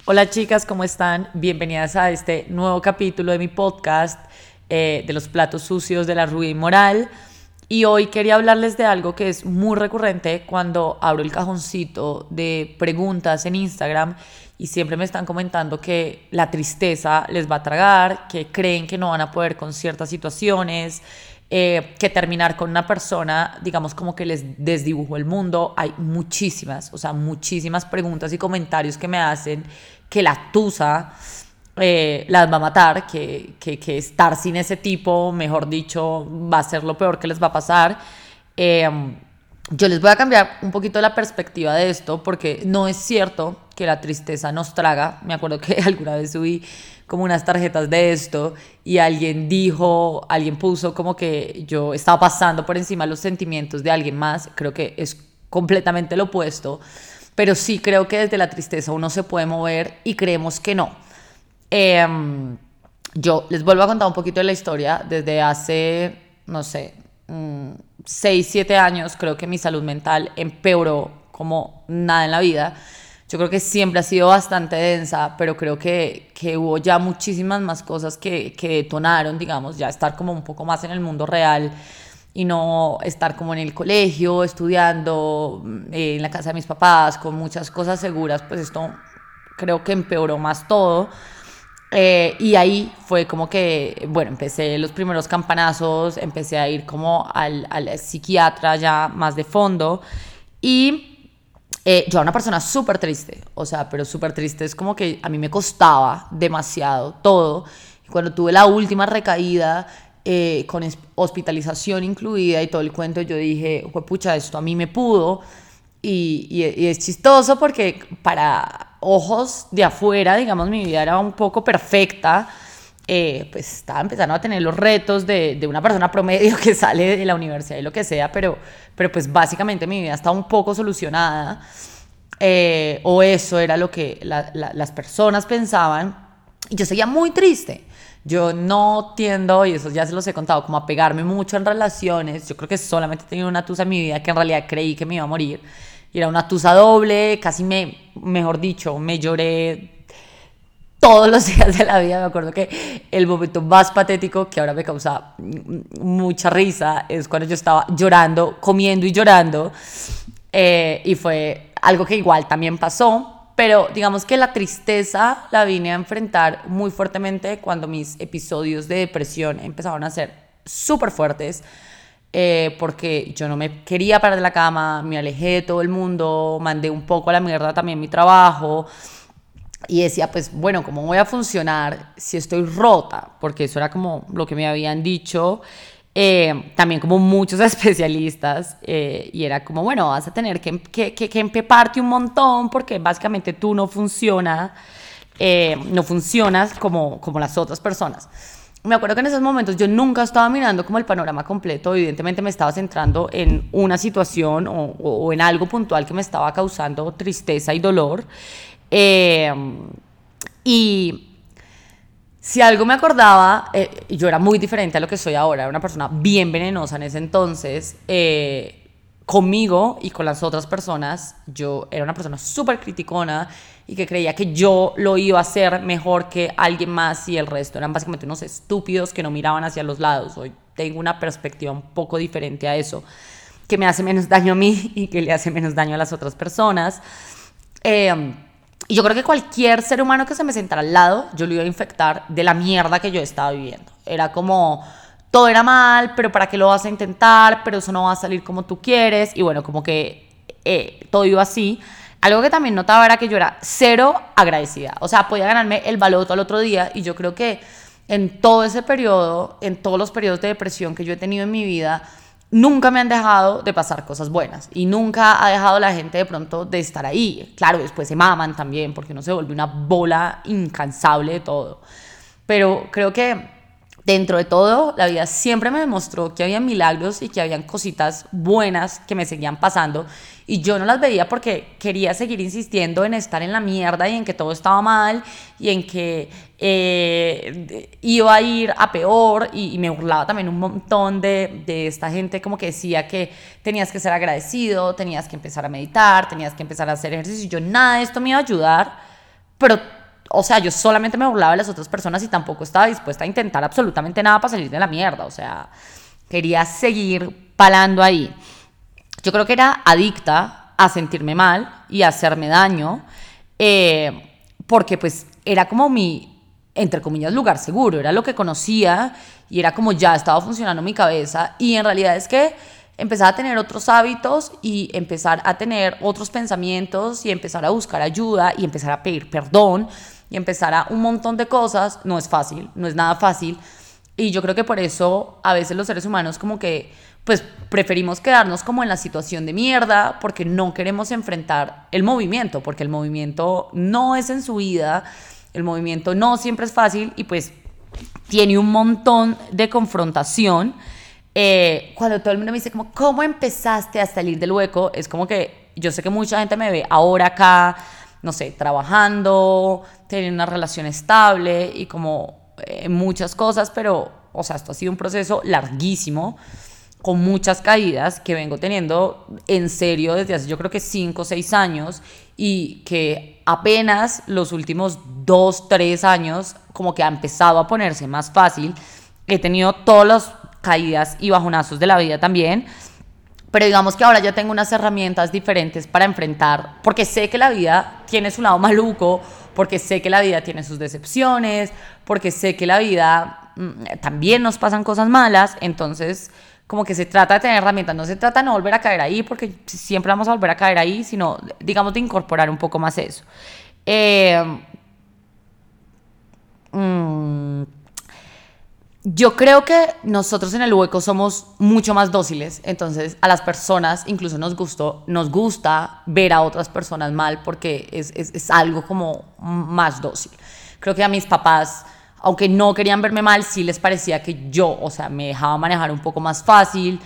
Hola chicas, ¿cómo están? Bienvenidas a este nuevo capítulo de mi podcast de los platos sucios de la ruina inmoral. Y hoy quería hablarles de algo que es muy recurrente cuando abro el cajoncito de preguntas en Instagram y siempre me están comentando que la tristeza les va a tragar, que creen que no van a poder con ciertas situaciones, que terminar con una persona, digamos, como que les desdibujó el mundo. Hay muchísimas, o sea, muchísimas preguntas y comentarios que me hacen que la tusa las va a matar, que estar sin ese tipo, mejor dicho, va a ser lo peor que les va a pasar. Eh, yo les voy a cambiar un poquito la perspectiva de esto, porque no es cierto que la tristeza nos traga. Me acuerdo que alguna vez subí como unas tarjetas de esto y alguien puso como que yo estaba pasando por encima de los sentimientos de alguien más. Creo que es completamente lo opuesto, pero sí creo que desde la tristeza uno se puede mover y creemos que no. Eh, yo les vuelvo a contar un poquito de la historia. Desde hace, no sé, 6, 7 años, creo que mi salud mental empeoró como nada en la vida. Yo creo que siempre ha sido bastante densa, pero creo que hubo ya muchísimas más cosas que detonaron, digamos, ya estar como un poco más en el mundo real y no estar como en el colegio, estudiando, en la casa de mis papás, con muchas cosas seguras. Pues esto creo que empeoró más todo. Y ahí fue como que, bueno, empecé los primeros campanazos, empecé a ir como al psiquiatra ya más de fondo. Y yo era una persona súper triste, o sea, pero súper triste. Es como que a mí me costaba demasiado todo. Y cuando tuve la última recaída, con hospitalización incluida y todo el cuento, yo dije, pucha, esto a mí me pudo. Y es chistoso porque para ojos de afuera, digamos, mi vida era un poco perfecta. Pues estaba empezando a tener los retos de una persona promedio que sale de la universidad y lo que sea, pero pues básicamente mi vida estaba un poco solucionada. O eso era lo que las personas pensaban. Y yo seguía muy triste. Yo no tiendo, y eso ya se los he contado, como a pegarme mucho en relaciones. Yo creo que solamente he tenido una tusa en mi vida que en realidad creí que me iba a morir. Y era una tusa doble, mejor dicho, me lloré todos los días de la vida. Me acuerdo que el momento más patético, que ahora me causa mucha risa, es cuando yo estaba llorando, comiendo y llorando. Y fue algo que igual también pasó. Pero digamos que la tristeza la vine a enfrentar muy fuertemente cuando mis episodios de depresión empezaron a ser súper fuertes. Porque yo no me quería parar de la cama, me alejé de todo el mundo, mandé un poco a la mierda también mi trabajo. Y decía, pues bueno, ¿cómo voy a funcionar si estoy rota? Porque eso era como lo que me habían dicho. También como muchos especialistas. Y era como, bueno, vas a tener que empeparte un montón porque básicamente tú no funcionas como las otras personas. Me acuerdo que en esos momentos yo nunca estaba mirando como el panorama completo. Evidentemente me estaba centrando en una situación o en algo puntual que me estaba causando tristeza y dolor. Eh, y si algo me acordaba, yo era muy diferente a lo que soy ahora. Era una persona bien venenosa en ese entonces. Conmigo y con las otras personas, yo era una persona súper criticona y que creía que yo lo iba a hacer mejor que alguien más y el resto eran básicamente unos estúpidos que no miraban hacia los lados. Hoy tengo una perspectiva un poco diferente a eso, que me hace menos daño a mí y que le hace menos daño a las otras personas. Y yo creo que cualquier ser humano que se me sentara al lado, yo lo iba a infectar de la mierda que yo estaba viviendo. Era como, todo era mal, pero ¿para qué lo vas a intentar? Pero eso no va a salir como tú quieres. Y bueno, como que todo iba así. Algo que también notaba era que yo era cero agradecida. O sea, podía ganarme el baloto al otro día. Y yo creo que en todo ese periodo, en todos los periodos de depresión que yo he tenido en mi vida, nunca me han dejado de pasar cosas buenas y nunca ha dejado la gente de pronto de estar ahí. Claro, después se maman también porque uno se vuelve una bola incansable de todo. Pero creo que dentro de todo, la vida siempre me demostró que había milagros y que habían cositas buenas que me seguían pasando y yo no las veía porque quería seguir insistiendo en estar en la mierda y en que todo estaba mal y en que iba a ir a peor y me burlaba también un montón de esta gente como que decía que tenías que ser agradecido, tenías que empezar a meditar, tenías que empezar a hacer ejercicio y yo nada de esto me iba a ayudar, pero o sea, yo solamente me burlaba de las otras personas y tampoco estaba dispuesta a intentar absolutamente nada para salir de la mierda. O sea, quería seguir palando ahí. Yo creo que era adicta a sentirme mal y a hacerme daño, porque pues era como mi, entre comillas, lugar seguro, era lo que conocía y era como ya estaba funcionando mi cabeza, y en realidad es que empezar a tener otros hábitos y empezar a tener otros pensamientos y empezar a buscar ayuda y empezar a pedir perdón y empezar a un montón de cosas, no es fácil, no es nada fácil. Y yo creo que por eso a veces los seres humanos como que pues preferimos quedarnos como en la situación de mierda, porque no queremos enfrentar el movimiento, porque el movimiento no es en su vida, el movimiento no siempre es fácil y pues tiene un montón de confrontación. Cuando todo el mundo me dice como, ¿cómo empezaste a salir del hueco? Es como que yo sé que mucha gente me ve ahora acá, no sé, trabajando, teniendo una relación estable y como muchas cosas, pero, o sea, esto ha sido un proceso larguísimo, con muchas caídas que vengo teniendo en serio desde hace yo creo que 5 o 6 años, y que apenas los últimos 2, 3 años como que ha empezado a ponerse más fácil. He tenido todas las caídas y bajonazos de la vida también, pero digamos que ahora ya tengo unas herramientas diferentes para enfrentar, porque sé que la vida tiene su lado maluco, porque sé que la vida tiene sus decepciones, porque sé que la vida también nos pasan cosas malas. Entonces como que se trata de tener herramientas, no se trata de no volver a caer ahí, porque siempre vamos a volver a caer ahí, sino digamos de incorporar un poco más eso. Yo creo que nosotros en el hueco somos mucho más dóciles, entonces a las personas incluso nos gusta ver a otras personas mal, porque es algo como más dócil. Creo que a mis papás, aunque no querían verme mal, sí les parecía que yo, o sea, me dejaba manejar un poco más fácil.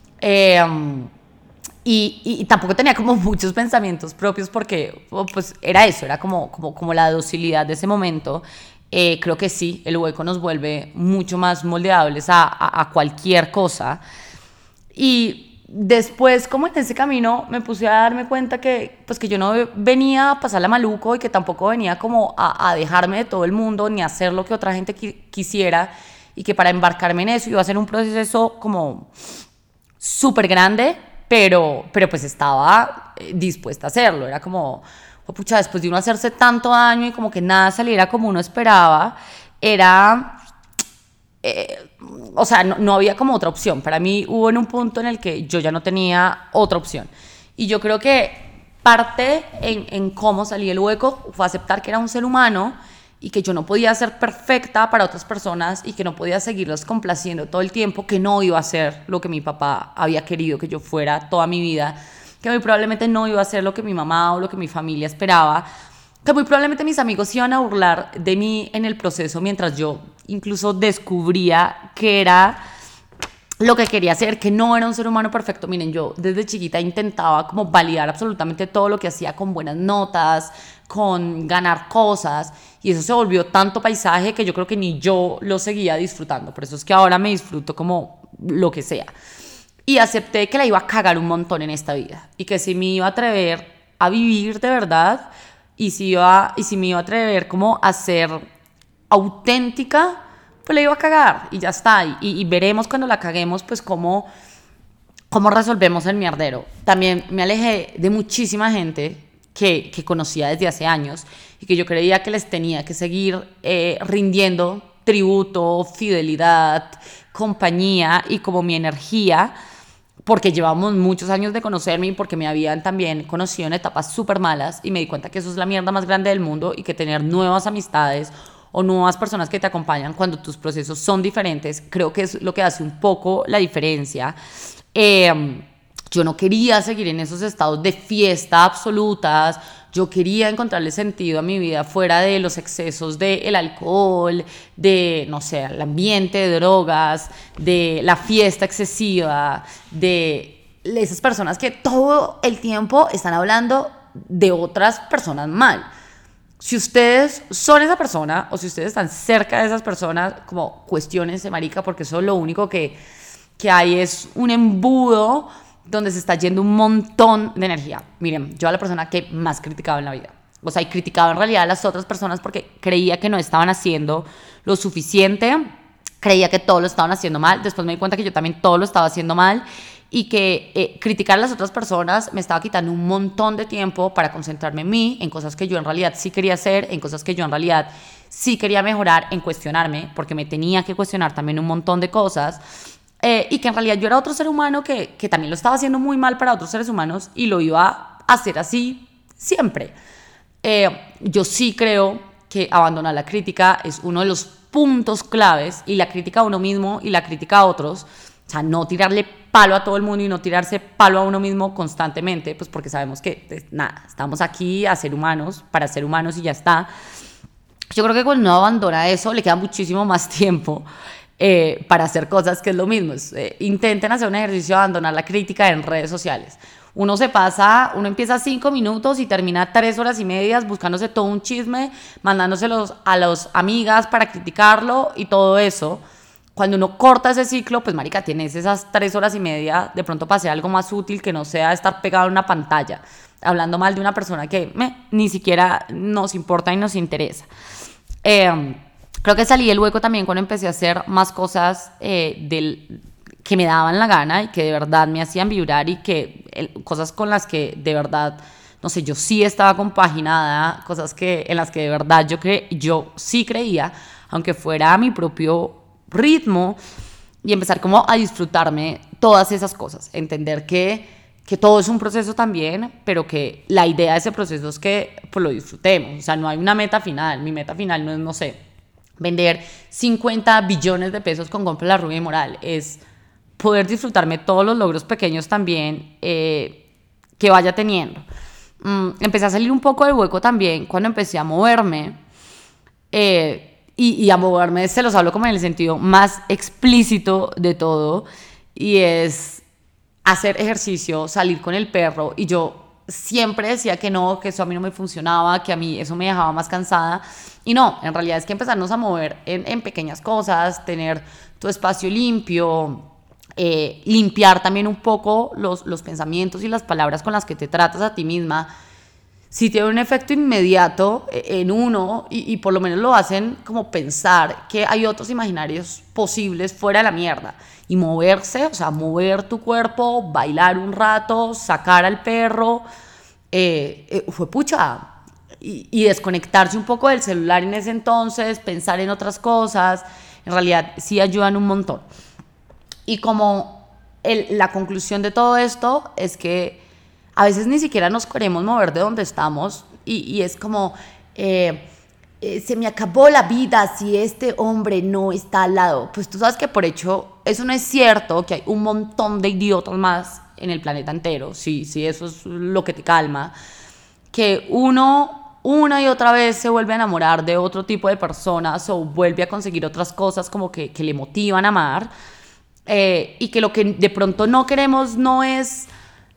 Y tampoco tenía como muchos pensamientos propios, porque pues era eso, era como la docilidad de ese momento. Creo que sí, el hueco nos vuelve mucho más moldeables a cualquier cosa. Y después, como en ese camino, me puse a darme cuenta que, pues, que yo no venía a pasarla maluco, y que tampoco venía como a dejarme de todo el mundo ni a hacer lo que otra gente quisiera, y que para embarcarme en eso iba a ser un proceso como súper grande, pero pues estaba dispuesta a hacerlo. Era como, oh, pucha, después de uno hacerse tanto daño y como que nada saliera como uno esperaba, era... o sea, no había como otra opción. Para mí hubo en un punto en el que yo ya no tenía otra opción. Y yo creo que parte en cómo salí del hueco fue aceptar que era un ser humano y que yo no podía ser perfecta para otras personas y que no podía seguirlas complaciendo todo el tiempo, que no iba a ser lo que mi papá había querido que yo fuera toda mi vida, que muy probablemente no iba a ser lo que mi mamá o lo que mi familia esperaba, que muy probablemente mis amigos iban a burlar de mí en el proceso, mientras yo incluso descubría que era lo que quería hacer, que no era un ser humano perfecto. Miren, yo desde chiquita intentaba como validar absolutamente todo lo que hacía con buenas notas, con ganar cosas, y eso se volvió tanto paisaje que yo creo que ni yo lo seguía disfrutando. Por eso es que ahora me disfruto como lo que sea. Y acepté que la iba a cagar un montón en esta vida, y que si me iba a atrever a vivir de verdad, y si me iba a atrever como a ser auténtica, pues la iba a cagar y ya está. Y veremos cuando la caguemos, pues cómo resolvemos el mierdero. También me alejé de muchísima gente que conocía desde hace años y que yo creía que les tenía que seguir rindiendo tributo, fidelidad, compañía y como mi energía, porque llevamos muchos años de conocerme y porque me habían también conocido en etapas súper malas, y me di cuenta que eso es la mierda más grande del mundo, y que tener nuevas amistades o nuevas personas que te acompañan cuando tus procesos son diferentes, creo que es lo que hace un poco la diferencia. Yo no quería seguir en esos estados de fiesta absolutas. Yo quería encontrarle sentido a mi vida fuera de los excesos del alcohol, de, no sé, el ambiente de drogas, de la fiesta excesiva, de esas personas que todo el tiempo están hablando de otras personas mal. Si ustedes son esa persona, o si ustedes están cerca de esas personas, como cuestionense, marica, porque eso lo único que hay es un embudo donde se está yendo un montón de energía. Miren, yo a la persona que más criticaba en la vida, O sea, y criticaba en realidad a las otras personas porque creía que no estaban haciendo lo suficiente, creía que todo lo estaban haciendo mal. Después me di cuenta que yo también todo lo estaba haciendo mal y que criticar a las otras personas me estaba quitando un montón de tiempo para concentrarme en mí, en cosas que yo en realidad sí quería hacer, en cosas que yo en realidad sí quería mejorar, en cuestionarme, porque me tenía que cuestionar también un montón de cosas. Y que en realidad yo era otro ser humano que también lo estaba haciendo muy mal para otros seres humanos y lo iba a hacer así siempre. Yo sí creo que abandonar la crítica es uno de los puntos claves, y la crítica a uno mismo y la crítica a otros, o sea, no tirarle palo a todo el mundo y no tirarse palo a uno mismo constantemente, pues porque sabemos que, pues, nada, estamos aquí a ser humanos, para ser humanos y ya está. Yo creo que cuando uno abandona eso, le queda muchísimo más tiempo para hacer cosas que es lo mismo. Intenten hacer un ejercicio de abandonar la crítica en redes sociales. Uno empieza 5 minutos y termina 3 horas y media buscándose todo un chisme, mandándoselos a las amigas para criticarlo y todo eso. Cuando uno corta ese ciclo, pues marica, tienes esas 3 horas y media de pronto para hacer algo más útil que no sea estar pegado en una pantalla, hablando mal de una persona que ni siquiera nos importa y nos interesa. Creo que salí del hueco también cuando empecé a hacer más cosas que me daban la gana y que de verdad me hacían vibrar, y que cosas con las que de verdad, no sé, yo sí estaba compaginada, cosas en las que de verdad yo sí creía, aunque fuera a mi propio ritmo, y empezar como a disfrutarme todas esas cosas, entender que todo es un proceso también, pero que la idea de ese proceso es que pues, lo disfrutemos. O sea, no hay una meta final. Mi meta final no es, no sé, vender 50 billones de pesos con Compra la Rubia y Moral. Es poder disfrutarme todos los logros pequeños también que vaya teniendo. Empecé a salir un poco del hueco también cuando empecé a moverme. Y a moverme, se los hablo como en el sentido más explícito de todo. Y es hacer ejercicio, salir con el perro, y yo siempre decía que no, que eso a mí no me funcionaba, que a mí eso me dejaba más cansada, y no, en realidad es que empezarnos a mover en pequeñas cosas, tener tu espacio limpio, limpiar también un poco los pensamientos y las palabras con las que te tratas a ti misma, sí tiene un efecto inmediato en uno, y por lo menos lo hacen como pensar que hay otros imaginarios posibles fuera de la mierda, y moverse, o sea, mover tu cuerpo, bailar un rato, sacar al perro, fue pucha, y desconectarse un poco del celular en ese entonces, pensar en otras cosas, en realidad sí ayudan un montón. Y como la conclusión de todo esto es que a veces ni siquiera nos queremos mover de donde estamos, y es como, se me acabó la vida si este hombre no está al lado. Pues tú sabes que por hecho eso no es cierto, que hay un montón de idiotas más en el planeta entero, sí, eso es lo que te calma, que uno una y otra vez se vuelve a enamorar de otro tipo de personas o vuelve a conseguir otras cosas como que le motivan a amar, y que lo que de pronto no queremos no es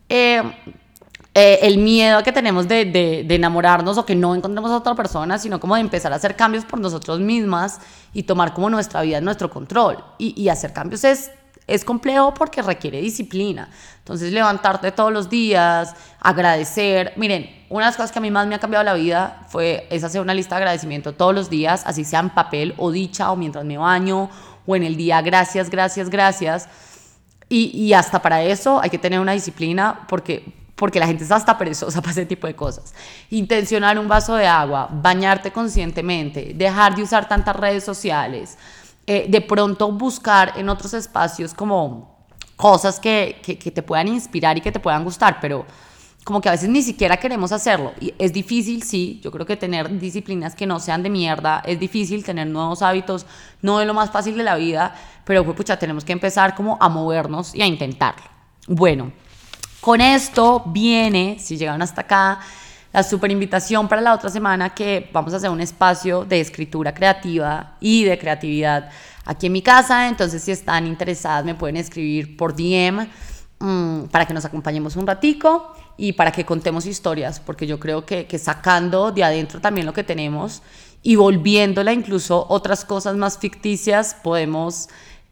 el miedo que tenemos de enamorarnos o que no encontremos a otra persona, sino como de empezar a hacer cambios por nosotros mismas y tomar como nuestra vida en nuestro control. Y hacer cambios es complejo porque requiere disciplina. Entonces, levantarte todos los días, agradecer. Miren, una de las cosas que a mí más me ha cambiado la vida es hacer una lista de agradecimiento todos los días, así sea en papel o dicha, o mientras me baño, o en el día, gracias, gracias, gracias. Y hasta para eso hay que tener una disciplina, porque la gente está hasta perezosa para ese tipo de cosas. Intencionar un vaso de agua, bañarte conscientemente, dejar de usar tantas redes sociales, de pronto buscar en otros espacios como cosas que te puedan inspirar y que te puedan gustar, pero como que a veces ni siquiera queremos hacerlo. Y es difícil, sí, yo creo que tener disciplinas que no sean de mierda es difícil, tener nuevos hábitos no es lo más fácil de la vida, pero pues pucha, tenemos que empezar como a movernos y a intentarlo. Bueno, con esto viene, si llegaron hasta acá, la super invitación para la otra semana, que vamos a hacer un espacio de escritura creativa y de creatividad aquí en mi casa. Entonces, si están interesadas, me pueden escribir por DM para que nos acompañemos un ratico y para que contemos historias, porque yo creo que sacando de adentro también lo que tenemos y volviéndola incluso otras cosas más ficticias, podemos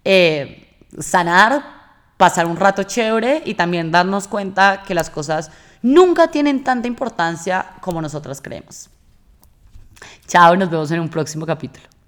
sanar, pasar un rato chévere y también darnos cuenta que las cosas nunca tienen tanta importancia como nosotras creemos. Chao, nos vemos en un próximo capítulo.